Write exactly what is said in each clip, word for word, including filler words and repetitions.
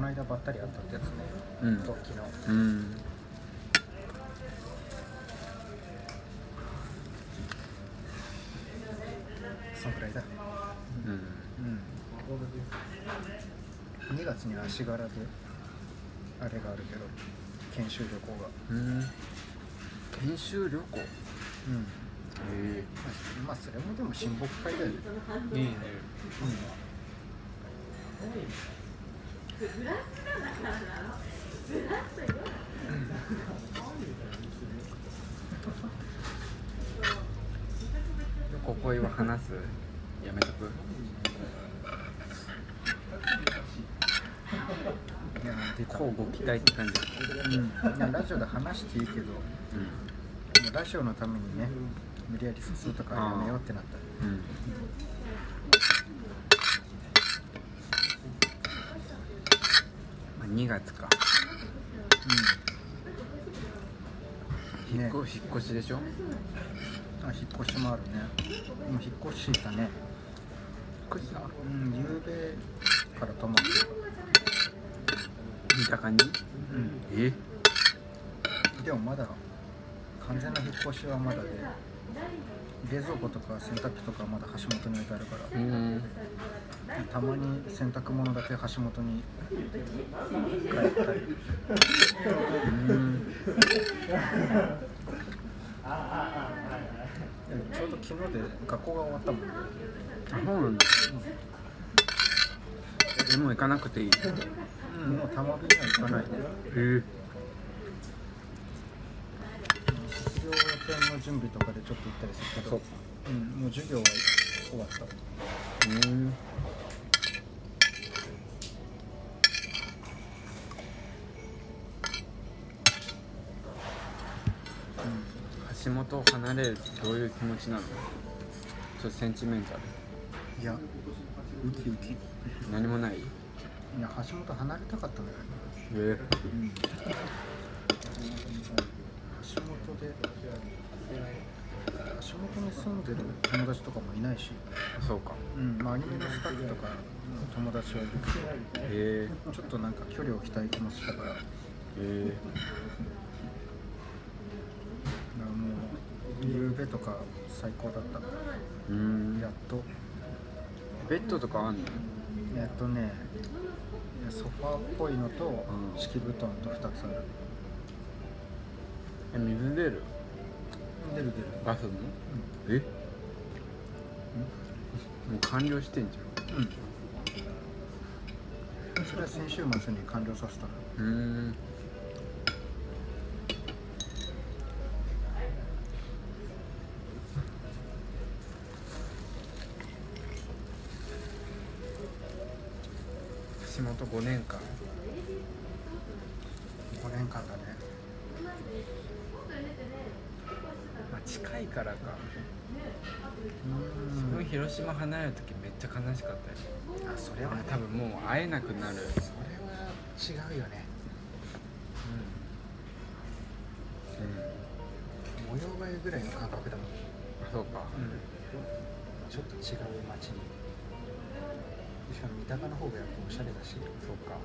の間ばったり会ったってやつね、 うん、 と昨日。 うん、 そんくらいだ。 うん、 うん、にがつに足柄であれがあるけど、研修旅行が。 うん、研修旅行。 うん。 へえ。 まあそれもでも親睦会だよね。 いいね。うん。ここは話す。やめとく。 いや出た。 こうご期待って感じ。 うん。いやラジオで話していいけど、うん、ラジオのためにね、無理やり誘うとかやめようってなった。うん。 にがつか。うん。引っ越し、ね、引っ越しでしょ。 あ、引っ越しもあるね。もう引っ越したね。 引っ越した。 うん、夕べから泊まって見た感じ。うん。え。 でもまだ完全な引っ越しはまだで、冷蔵庫とか洗濯機とかまだ橋本に置いてあるから、うん、たまに洗濯物だけ橋本に帰ったり。うん。ちょうど昨日で学校が終わったもんね。 あ、そうなんだ。うん、もう行かなくていい。 うん、もうたまびには行かないね。 へえ。 卒業展の準備とかでちょっと行ったりするけど、うん、もう授業は終わった。うん。 橋本を離れるってどういう気持ちなの？ちょっとセンチメンタル。 いや、ウキウキ。 何もない？いや、橋本離れたかったんだよね。 えー、うん、 橋本で橋本に住んでる友達とかもいないし。 そうか。 うん、まあアニメのスタッフとか友達はいるけど、えー、ちょっとなんか距離を置きたい気もしたから。えー夕べとか最高だった。うん、やっと。 ベッドとかあんの？ えっとね、ソファーっぽいのと敷布団とふたつある。 え、水出る？ 出る出る。 ガスも？うん、え？うん、もう完了してんじゃん。うん。それは先週末に完了させたの。うーん。 橋本ごねんかん。 ごねんかんだね。 まあ近いからか。自分広島離れる時めっちゃ悲しかったよ。 あ、それは、ね、 多分もう会えなくなる。 それは違うよね。うん、うん、模様替えぐらいの感覚だもん。 あ、そうか、うん、 ちょっと違う街に。しかも三鷹の方がやっぱおしゃれだし。 そうか、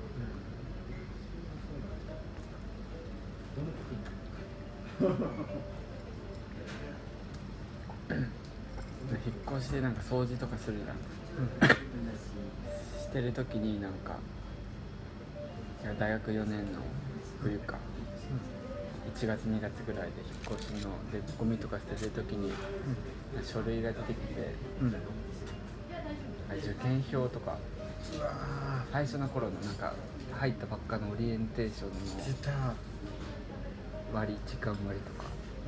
うん、引っ越しでなんか掃除とかするじゃん、うん、してる時になんかいや大学よねんの冬か、うん、いちがつにがつぐらいで引っ越しのでゴミとか捨ててる時に、うん、書類が出てきて、うん、受験票とか、うわ最初の頃のなんか入ったばっかのオリエンテーションの割時間割とか、うん、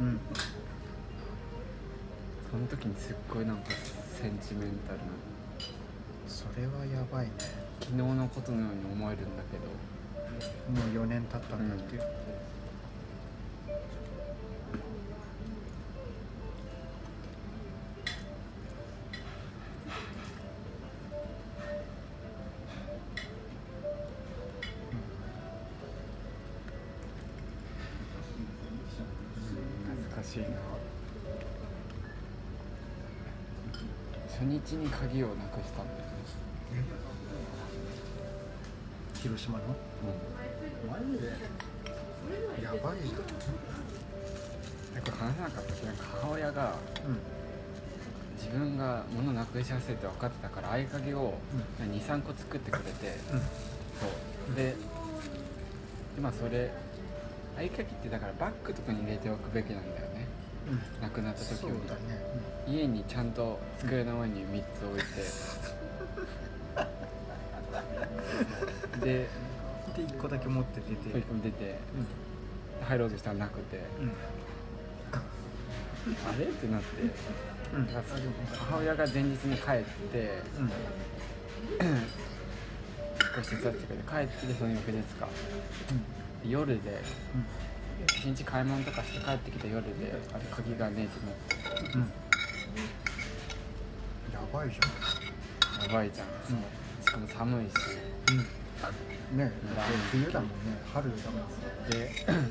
その時にすっごいなんかセンチメンタルな。 それはやばいね。 昨日のことのように思えるんだけど、もうよねん経ったんだっていう、うん、 懐かしいな。初日に鍵をなくしたんだよね。 広島のマジでやばいじゃん。 これ話さなかったけど、なんか母親がうん自分が物なくしやすいって分かってたから合鍵をにさんこ作ってくれて、 うんそうで今それ合鍵ってだからバッグとかに入れておくべきなんだよね、 うんなくなった時そうに、 だね、 家にちゃんと机の上にみっつ置いてででいっこだけ持って出て取り込み出て入ろうとしたらなくて、 うんあれってなってうんだからそれ母親が前日に帰ってうん引っ越し手伝ってくれて帰ってきてその翌日か夜で一日買い物とかして帰ってきた夜であれ鍵がねえってなってうんうんやばいじやばいじゃん、そうしかも寒いしゃん、うん、ねえだって冬だもんね、春だもんで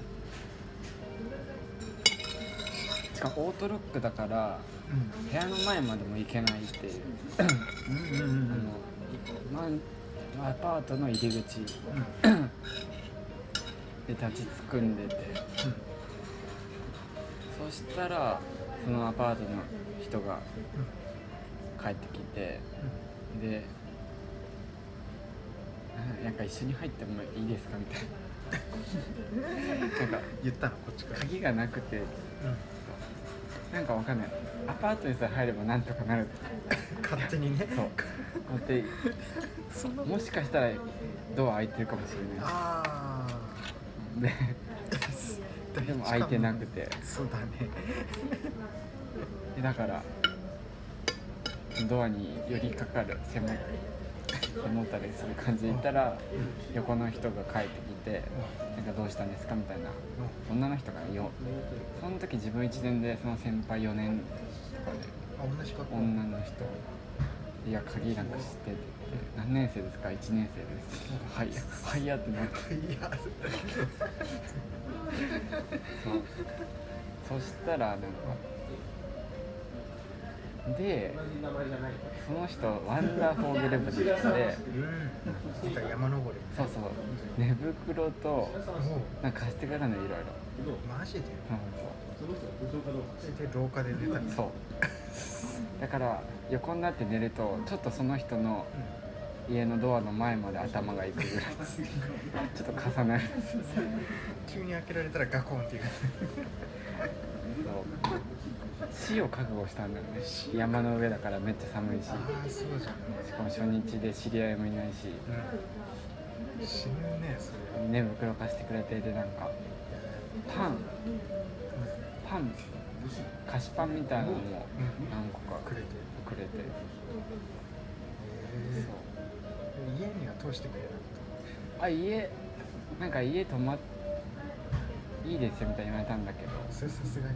しかもオートロックだからう部屋の前までも行けないっていうんうんうんうんあのいまアパートの入り口うんで立ちつくんでて、そしたらそのアパートの人が帰ってきて、でななんか一緒に入ってもいいですかみたいななんか言ったのこっちから、 鍵がなくてうんなんかわかんない、アパートにさえ入ればなんとかなる勝手にねそう思ってそんなもしかしたらドア開いてるかもしれないあであでも開いてなくてそうだねでだからドアに寄りかかる背も背もたれする感じで言ったら横の人が帰ってきてなんかどうしたんですかみたいな女の人がよその時自分いちねんでその先輩よねんとかであ同じ学校女の人いや鍵なんか知ってって言って何年生ですかいちねん生ですはいはいやってなっていやそうそしたらなんかでその人ワンダーフォーゲル部でうんなんか山登りそうそう寝袋ともなんか貸してくれたのいろいろ、 うマジでうん、 で廊下で寝たのそうだから横になって寝るとちょっとその人の家のドアの前まで頭が行くぐらいちょっと重なる急に開けられたらガコンっていうそう死を覚悟したんだよね山の上だからめっちゃ寒いしああそうじゃん、 しかも初日で知り合いもいないしうん、死ぬねそれ寝袋貸してくれてでなんかパンパン菓子パンみたいなのも何個かくれてくれてえそうー、家には通してくれなかっあ家なんか家泊まっいいですよみたいに言われたんだけど、 たそれさすがにうん、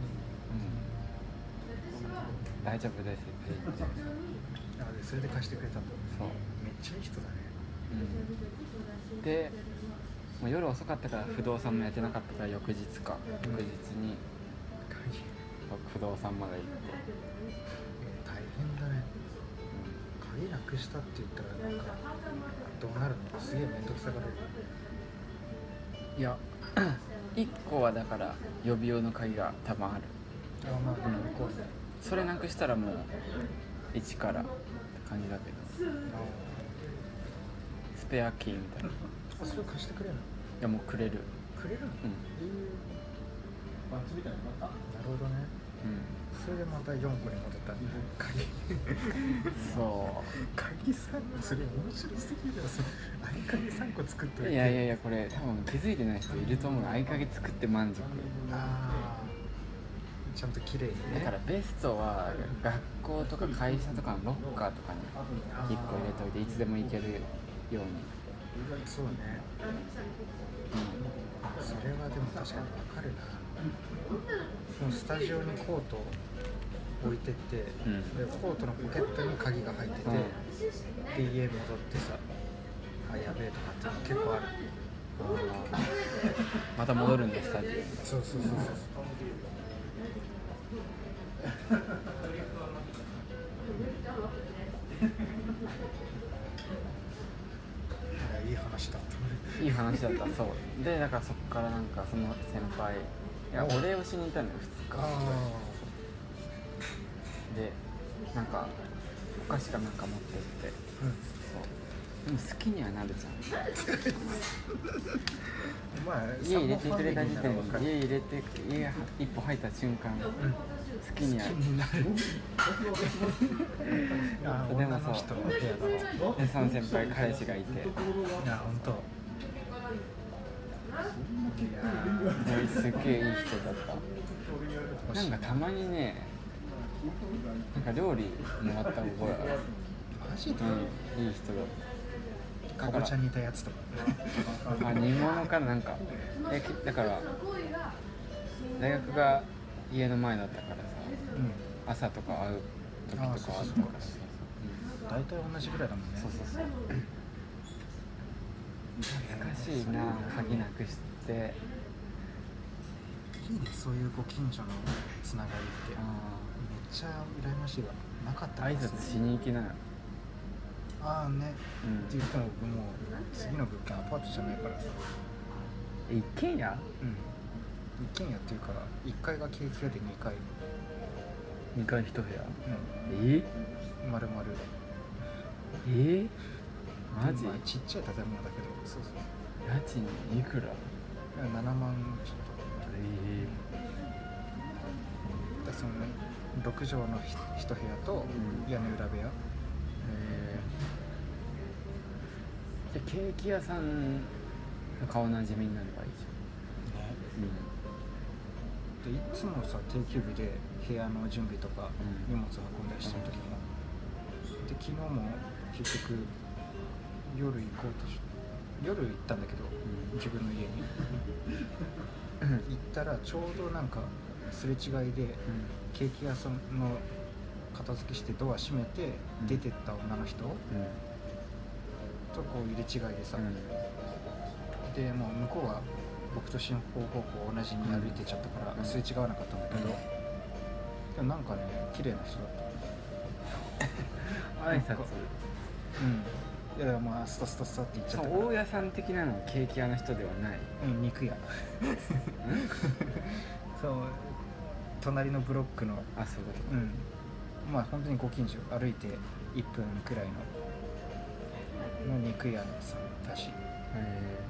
大丈夫ですって言ってあでそれで貸してくれたんだそう、 めっちゃいい人だねうん、でもう夜遅かったから不動産もやってなかったから翌日か翌日に鍵不動産まで行って、 えー大変だね鍵なくしたって言ったらなんかどうなるのすげえ面倒くさがられるいやいっこはだから予備用の鍵が多分ある、 あまあでもこうねそれなくしたらもう一からって感じだけどスペアキーみたいな、いあそれ貸してくれるのやもうくれる、 くれるの、 うんえー、なるほどねうん、 それでまたよんこに戻った鍵そ鍵さんそれ面白すぎるよそれ合鍵さんこ作っといてういやいやいやこれ多分気づいてない人いると思う、合鍵作って満足あーちゃんと綺麗にねだからベストは学校とか会社とかのロッカーとかにいっこ入れといていつでも行けるように、 そうねそれはでも確かにわかるなもうスタジオにコート置いてって、 うんでコートのポケットに鍵が入ってて、 うんで家戻ってさあやべえとかって結構あるまた戻るんでスタジオにそうそうそうそういやいい話だったいい話だった。そうで、だからそっからなんかその先輩、いやお礼をしに行ったのよふつか。でなんかお菓子かなんか持ってって、うん、そうでも好きにはなるじゃんお前家入れてくれた時点で、家入れて家一歩入った瞬間、うん、好きにはなるでもそうでその先輩彼氏がいて、 いや本当すっげえいい人だった。なんかたまにね、なんか料理もらった覚えある。 マジで、 うん、いい人だった。 かぼちゃ煮たやつとかあ、煮物かな、なんかえだから大学が家の前だったからさ、うん、朝とか会う時とかあったからさ、 大体同じぐらいだもんね。 そうそうそう懐かしいな、鍵なくしていいね、そういうご近所のつながりって。めっちゃ羨ましいわ。なかった挨拶しに行きなよ。 ああね、うん、って言っても僕もう次の物件アパートじゃないからさ。 え、一軒家？ うん、一軒家っていうかいっかいがケーキ屋でにかいにかい一部屋？うん、え丸々 えー、マジ？ ちっちゃい建物だけど。そうそう。 家賃いくら？ ななまんちょっと。 えー、だそのろくじょうの一部屋と屋根裏部屋、うん、 えー、じゃあケーキ屋さんの顔なじみになればいいじゃんね、 うん、でいつもさ定休日で部屋の準備とか荷物運んだりしてる時も、うん、で昨日も結局夜行こうとして夜行ったんだけど、うん、自分の家に行ったらちょうどなんかすれ違いで、うん、ケーキ屋さんの片付けしてドア閉めて出てった女の人、うん、とこう入れ違いでさ、うん、でもう向こうは僕と進行方向同じに歩いてちゃったから、うん、すれ違わなかったんだけど、うん、でもなんかね綺麗な人だった挨拶。 うんいやもうストストストって言っちゃったから。 大家さん的なのケーキ屋の人ではない。 うん肉屋そう隣のブロックのあそういうこと、 うんまあ本当にご近所歩いていっぷんくらいのの肉屋のさだし、へえ、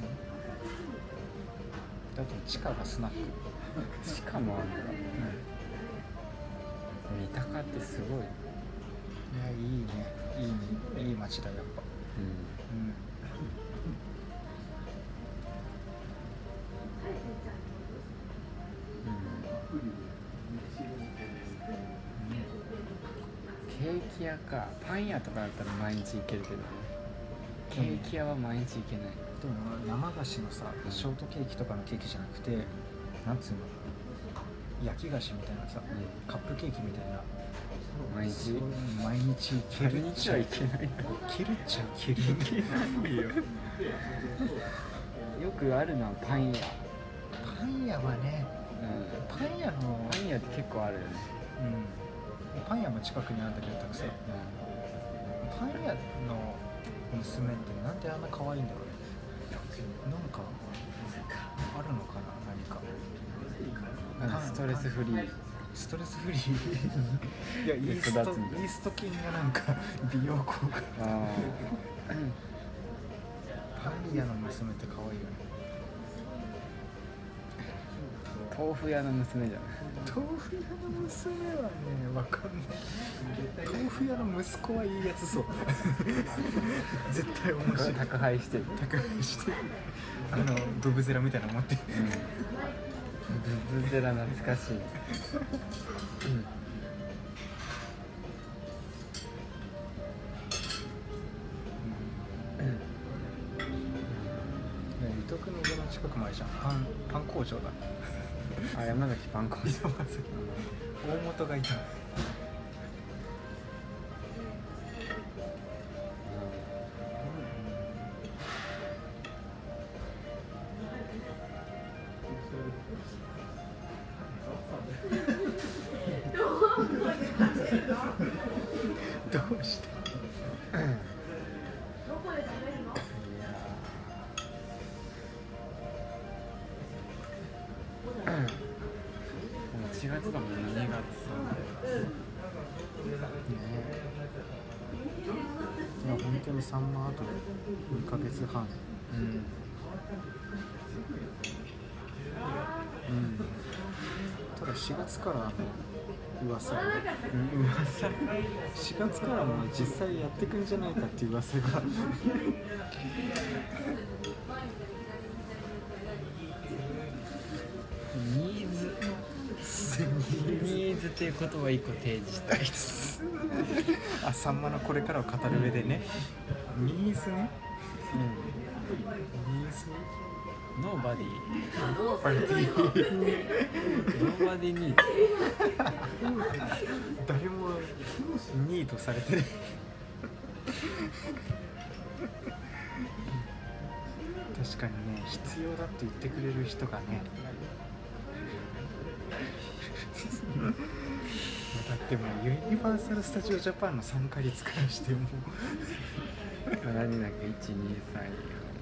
うん、だって地下がスナック地下もあるんだ、うん、三鷹ってすごい。いやいいねいいねいい街だやっぱ。うんうんケーキ屋かパン屋とかだったら毎日行けるけどね、ケーキ屋は毎日行けない。 でも生菓子のさ、うん、ショートケーキとかのケーキじゃなくてなんつうの焼き菓子みたいなさ、うん、カップケーキみたいな毎日毎日いける毎日はいけない。いけるっちゃいける。いけないよ。 よくあるのはパン屋。 パン屋はね、うん、パン屋のパン屋って結構あるよね。 うん。パン屋も近くにあるんだけどたくさん。うん、パン屋の娘ってなんであんな可愛いんだろうね。なんかあるのかな何か。 ストレスフリー。 ストレスフリーいやイーストイースト菌がなんか美容効果。あパン屋の娘って可愛いよね。 豆腐屋の娘じゃない。 豆腐屋の娘はねわかんない。豆腐屋の息子はいいやつそう絶対面白い。 宅配してる宅配してるあのドブゼラみたいなの持ってる、うんブブゼラ懐かしい、うん、 伊藤君の家の近くまでじゃん。パンパン工場だあ、山崎パン工場大元がいたどうして本当にさんまあとでにかげつはん、 うんうん、ただしがつからあの噂が、 うん噂しがつからも実際やってくんじゃないかっていう噂がニーズニーズっていう言葉一個提示したいあ、さんまのこれからを語る上でね、ニーズね、ニーズノーバディノーバディノーバディニー誰もニートされてる確かにね、必要だって言ってくれる人がねだってもうユニバーサル・スタジオ・ジャパンの参加率からしても何だっけいちにさんよん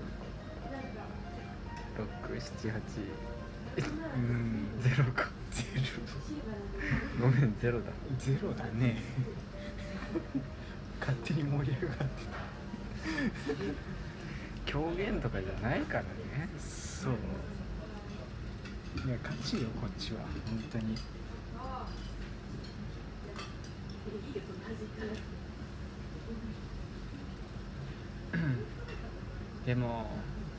ろくななはちうんゼロかゼごめんゼロだロゼロだね勝手に盛り上がってた狂言とかじゃないからね。 そういや勝ちよこっちは本当にでも、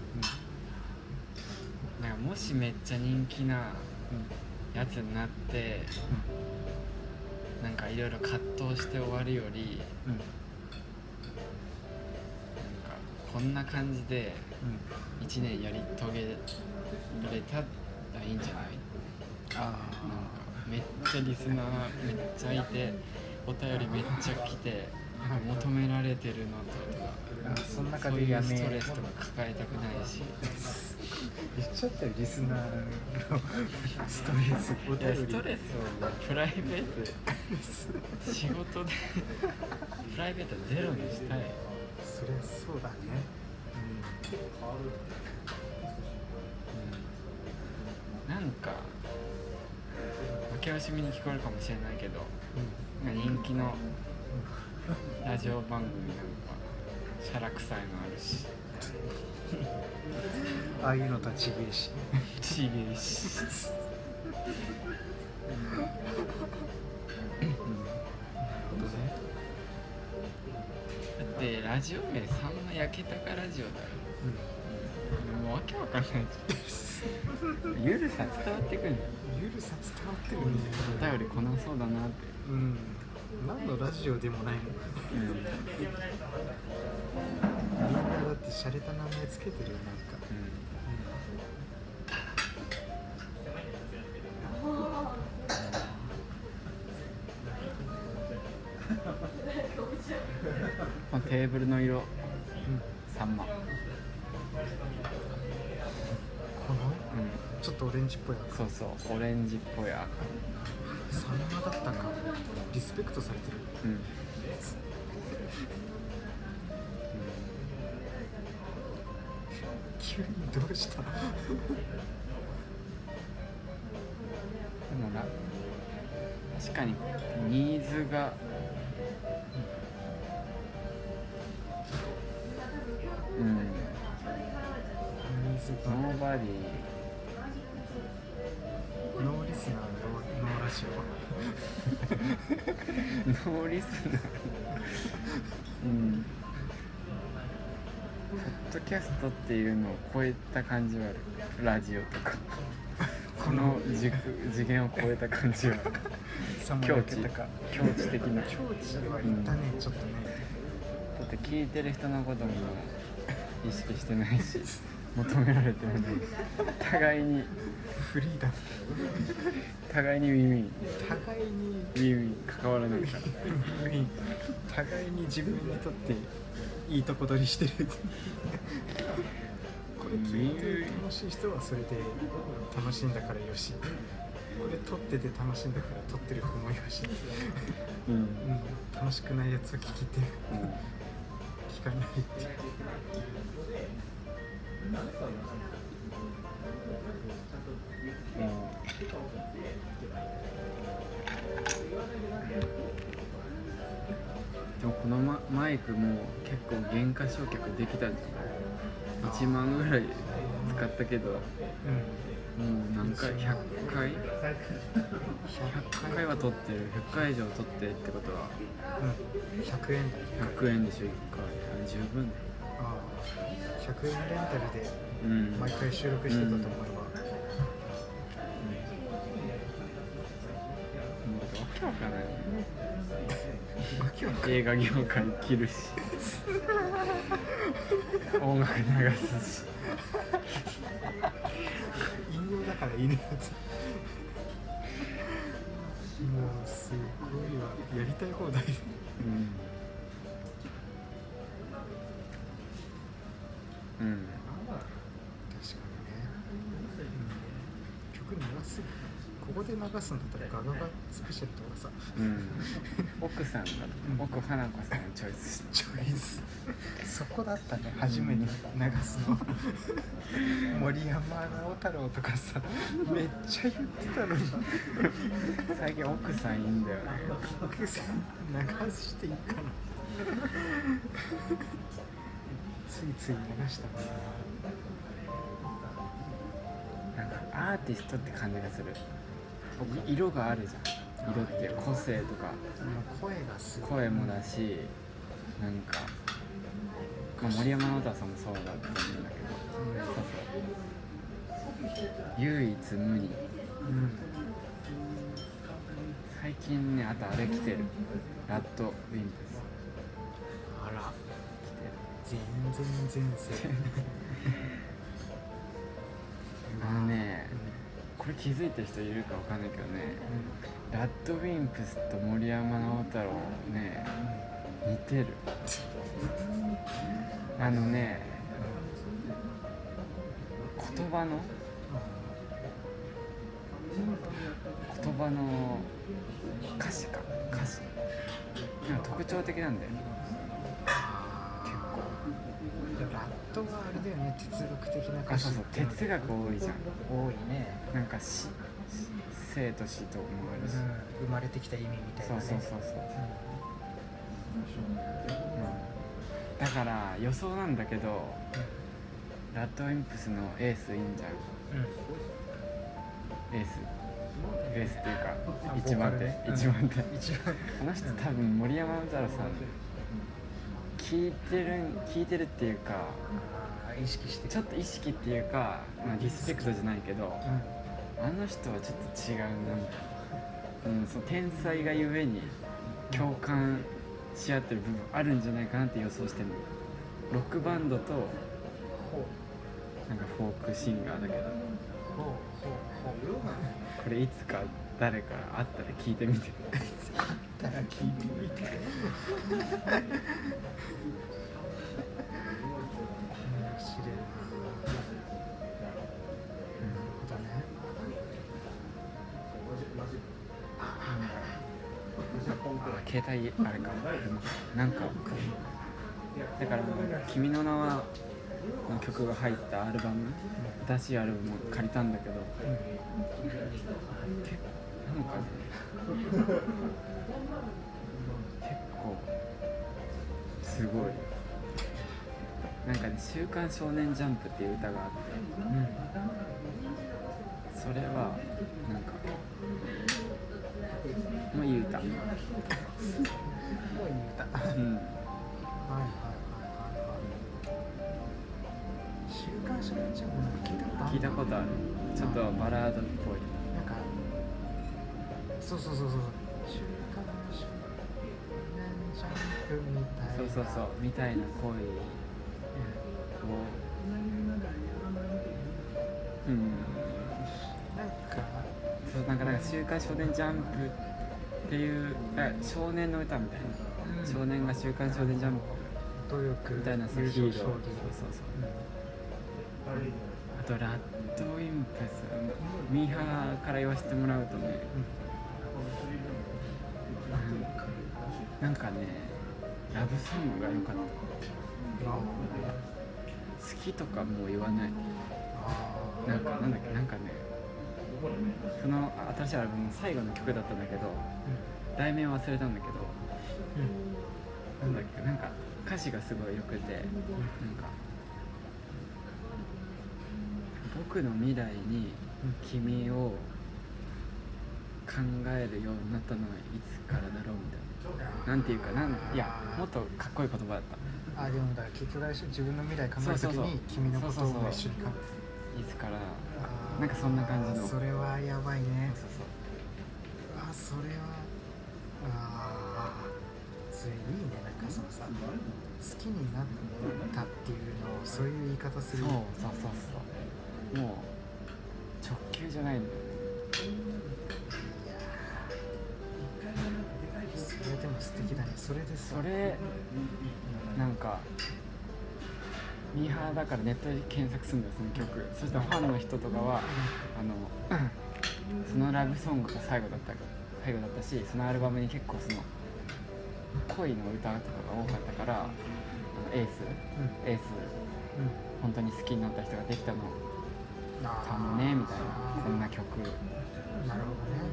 うん、なんかもしめっちゃ人気なやつになって、うん、なんかいろいろ葛藤して終わるより、うん、なんかこんな感じでいちねんやり遂げられたらいいんじゃない？あなんかめっちゃリスナーめっちゃいてお便りめっちゃ来て求められてるのとかその中でやめそういうストレスとか抱えたくないし言っちゃったよリスナーのストレスお便りストレスをプライベートで仕事でプライベートゼロにしたい。 そりゃそうだね、 うんうん、なんか負け惜しみに聞こえるかもしれないけど、うん、人気のラジオ番組なんかシャラ臭いのあるしああいうのとはちげえしちげえしだってラジオ名さんま焼けたかラジオだよ、うん、もうわけわかんないゆるさ伝わってくるんだよ。 ゆるさ伝わってるね。 お便り来なそうだなって。 うん何のラジオでもないもん、うん、みんなだって洒落た名前つけてるよなんか、 うん、テーブルの色、うん、サンマこの、うん、ちょっとオレンジっぽい赤。 そうそうオレンジっぽい赤サンマだったかリスペクトされてる、うんうん、急にどうしたでもな確かにニーズがうん、うん、ニーズがノーバディノーリスナーのノーラジオノーリスナーうんポッドキャストっていうのを超えた感じはある。ラジオとかこの次元を超えた感じは境地境地的な境地は言ったね、うん、ちょっとねだって聞いてる人のことも意識してないし求められてもない互いにフリーダム互いにウィンウィン互いにウィンウィン関わらないからウィン互いに自分にとっていいとこ取りしてるこれ聞いて楽しい人はそれで楽しいんだからよしこれ撮ってて楽しいんだから撮ってる方もよし、うんうん、楽しくないやつは聞きて、うん、聞かないっていうでもこのママイクも結構原価償却できたんじゃない？いちまんぐらい使ったけど、もう何回ひゃっかいひゃっかいは取ってる。ひゃっかい以上取ってってことは、 うん、ひゃくえんだよ。 ひゃくえんでしょいっかい。十分だよ。 ああ、ひゃくえんレンタルでうん毎回収録してたと思えば、 もうわけわかんないよね。 わけわかんない。 映画業界切るし音楽流すし引用だからいいね。もうすごいわ、やりたい放題。 うんうん確かにね、うん、曲流す、ここで流すんだったらガガガスペシャルとかさ、 うん、奥さんが、奥花子さんをチョイスチョイスそこだったね、初めて流すの森山直太朗とかさ、めっちゃ言ってたのに最近奥さんいいんだよね。 奥さん流していいかなついつい流したな。 なんかアーティストって感じがする。色があるじゃん。色って個性とか声がすごい、 声もだし、なんか、まあ、森山直太朗さんもそうだと思うんだけど、そうそう、唯一無二、うん、最近ね、あとあれ来てる、ラッドウィンプス。 あら、全然前世あのね、これ気づいてる人いるかわかんないけどね、うん、ラッドウィンプスと森山直太朗ね、似てる。あのね、言葉の言葉の歌詞か歌詞なんか特徴的なんだよね。結構ラットはあれだよね、哲学的な歌詞。 あ、そうそう、哲学多いじゃん。 多いね。なんか死、生と死ともあるし、 うん、生まれてきた意味みたいなね。 そうそうそうそう、うん、だから予想なんだけど、うん、ラッドウィンプスのエースいいんじゃん、うん、エースエースっていうか一番手、ね、一番手、うん、あの人多分森山直太朗さん聞いてる聞いてるっていうか、 意識してちょっと意識っていうか、まあ、リスペクトじゃないけど、うん、あの人はちょっと違う、なんか、うん、その天才がゆえに共感し合ってる部分あるんじゃないかなって予想してるの。ロックバンドとなんかフォークシンガーだけど、これいつか誰か会ったら聞いてみて会ったら聞いてみて面白いな。 携帯あれか、なんかだから「君の名は」の曲が入ったアルバム、新しいアルバムを借りたんだけど、うん、結構なんかね結構すごい、なんかね、週刊少年ジャンプっていう歌があって、うん、それはなんかもういい歌もういい歌うん、はいはいはいはい。週刊少年ジャンプ聞いたことある？ 聞いたことある。ちょっとバラードっぽい。 なんかそうそうそうそう、週刊少年ジャンプみたいな、 そうそうそうみたいな恋を、うん、 なんかそう、なんかなんか週刊少年ジャンプっていう少年の歌みたいな、うん、少年が週刊少年ジャンプ努力みたいなヒーロー、そうそうそう、うん、あとラッドウィンプス、ミーハーから言わせてもらうとね、うん、なんかね、ラブソングが良かった。好きとかもう言わない。なんかなんだっけ、なんかね、その新しいアルバムの最後の曲だったんだけど、うん、題名忘れたんだけど、 なんだっけ、なんか歌詞がすごい良くて、なんか僕の未来に君を考えるようになったのはいつからだろうみたいな、なんていうか、なんいやもっとかっこいい言葉だった。 あでもだから結局あれでしょ、自分の未来考えるときそうそうそうに君のことをそうそうそう一緒に考えいつからあーなんかそんな感じの、 それはやばいね。 そうそうあそれはあーそれいいね。なんかそのさ、好きになったっていうのをそういう言い方する。 そうそうそうそう、もう直球じゃないんだよね。 いやーそれでも素敵だね。それでさそれなんかミーハーだからネットで検索するんだよ、その曲。そしたらファンの人とかはあのそのラブソングが最後だった最後だったし、そのアルバムに結構その恋の歌とかが多かったから、あのエース、 うんエースうん本当に好きになった人ができたのあーかもねみたいな、そんな曲。 なるほどね。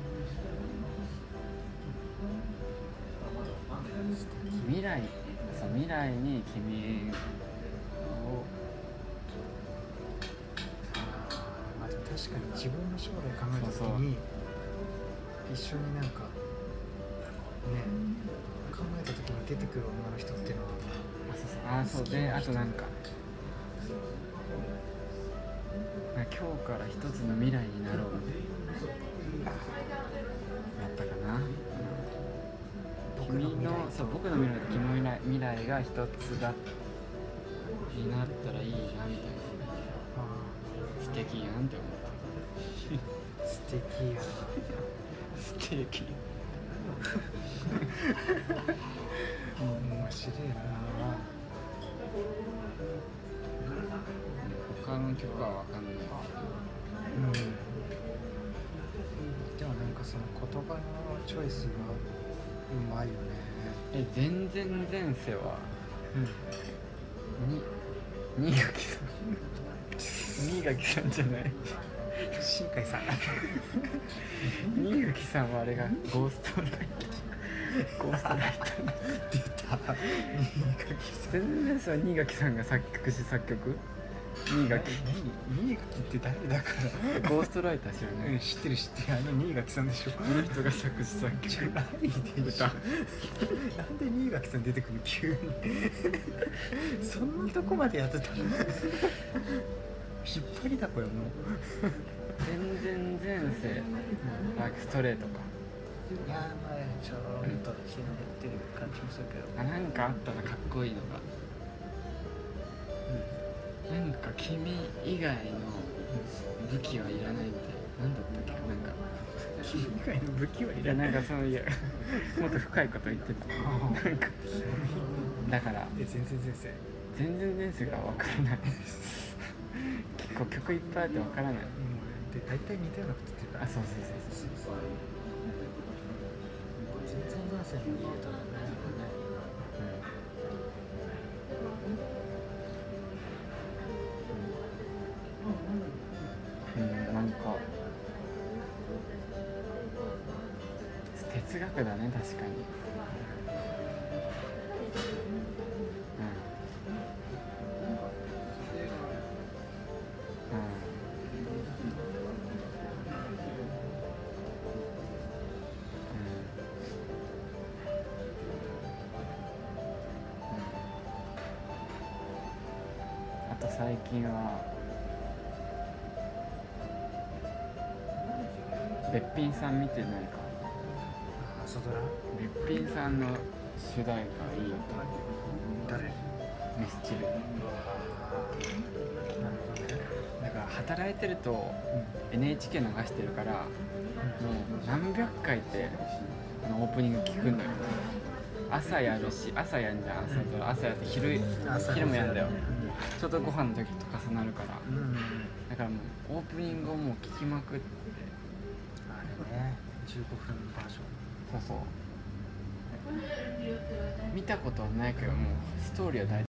未来、そう未来に君を、 あでも確かに自分の将来考えた時に一緒になんかね考えた時に出てくる女の人っていうのはあそうそうあそうで、あとなんか今日から一つの未来になろうだったかな。君のそう僕の未来と君の未来未来が一つだになったらいいなみたいな。素敵やんって思った。 素敵や素敵面白いな。 他の曲は分かんない。 うんでもなんかその言葉のチョイスがうまいよね。 え全然前世はうんに新垣さん新垣さんじゃない新海さん新垣さんはあれがゴーストライトゴーストライト出た新垣さん。 全然さ新垣さんが作曲し作曲新垣何新垣って誰だからゴーストライター知らうなんい、 知ってる知ってる。あの新垣さんでしょ。 この人が作詞作じゃ曲ないでしょ。 歌なんで新垣さん出てくる急にそんなとこまでやってたの引っ張りだこよもう。 全然前世あストレートかいやまあちょっとひねってる感じもするけど、 あなんかあったらかっこいいのが、なんか君以外の武器はいらないみたいな、なんだったっけ、なんか君以外の武器はいいやなんかそういうもっと深いこと言ってたなんかだからえ全然先生全然前世が分からない結構曲いっぱいあって分からない。 で大体似たようなこと言ってるからあそうそうそうそう全然前世の言うとねうん、うん、なんか哲学だね確かに。あと最近はべっぴんさん見てないか。 朝ドラべっぴんさんの主題歌いいよ誰メスチル。 なるほどね。 だから働いてると エヌエイチケー 流してるから、もう何百回ってあのオープニング聞くんだよ。朝やるし、朝やんじゃん朝ドラ、朝やって昼昼もやんだよ。ちょっとご飯の時と重なるから、 うん、うん、 だからもうオープニングをもう聞きまくって。 あれねじゅうごふんバージョンそうそう見たことはないけどもうストーリーは大体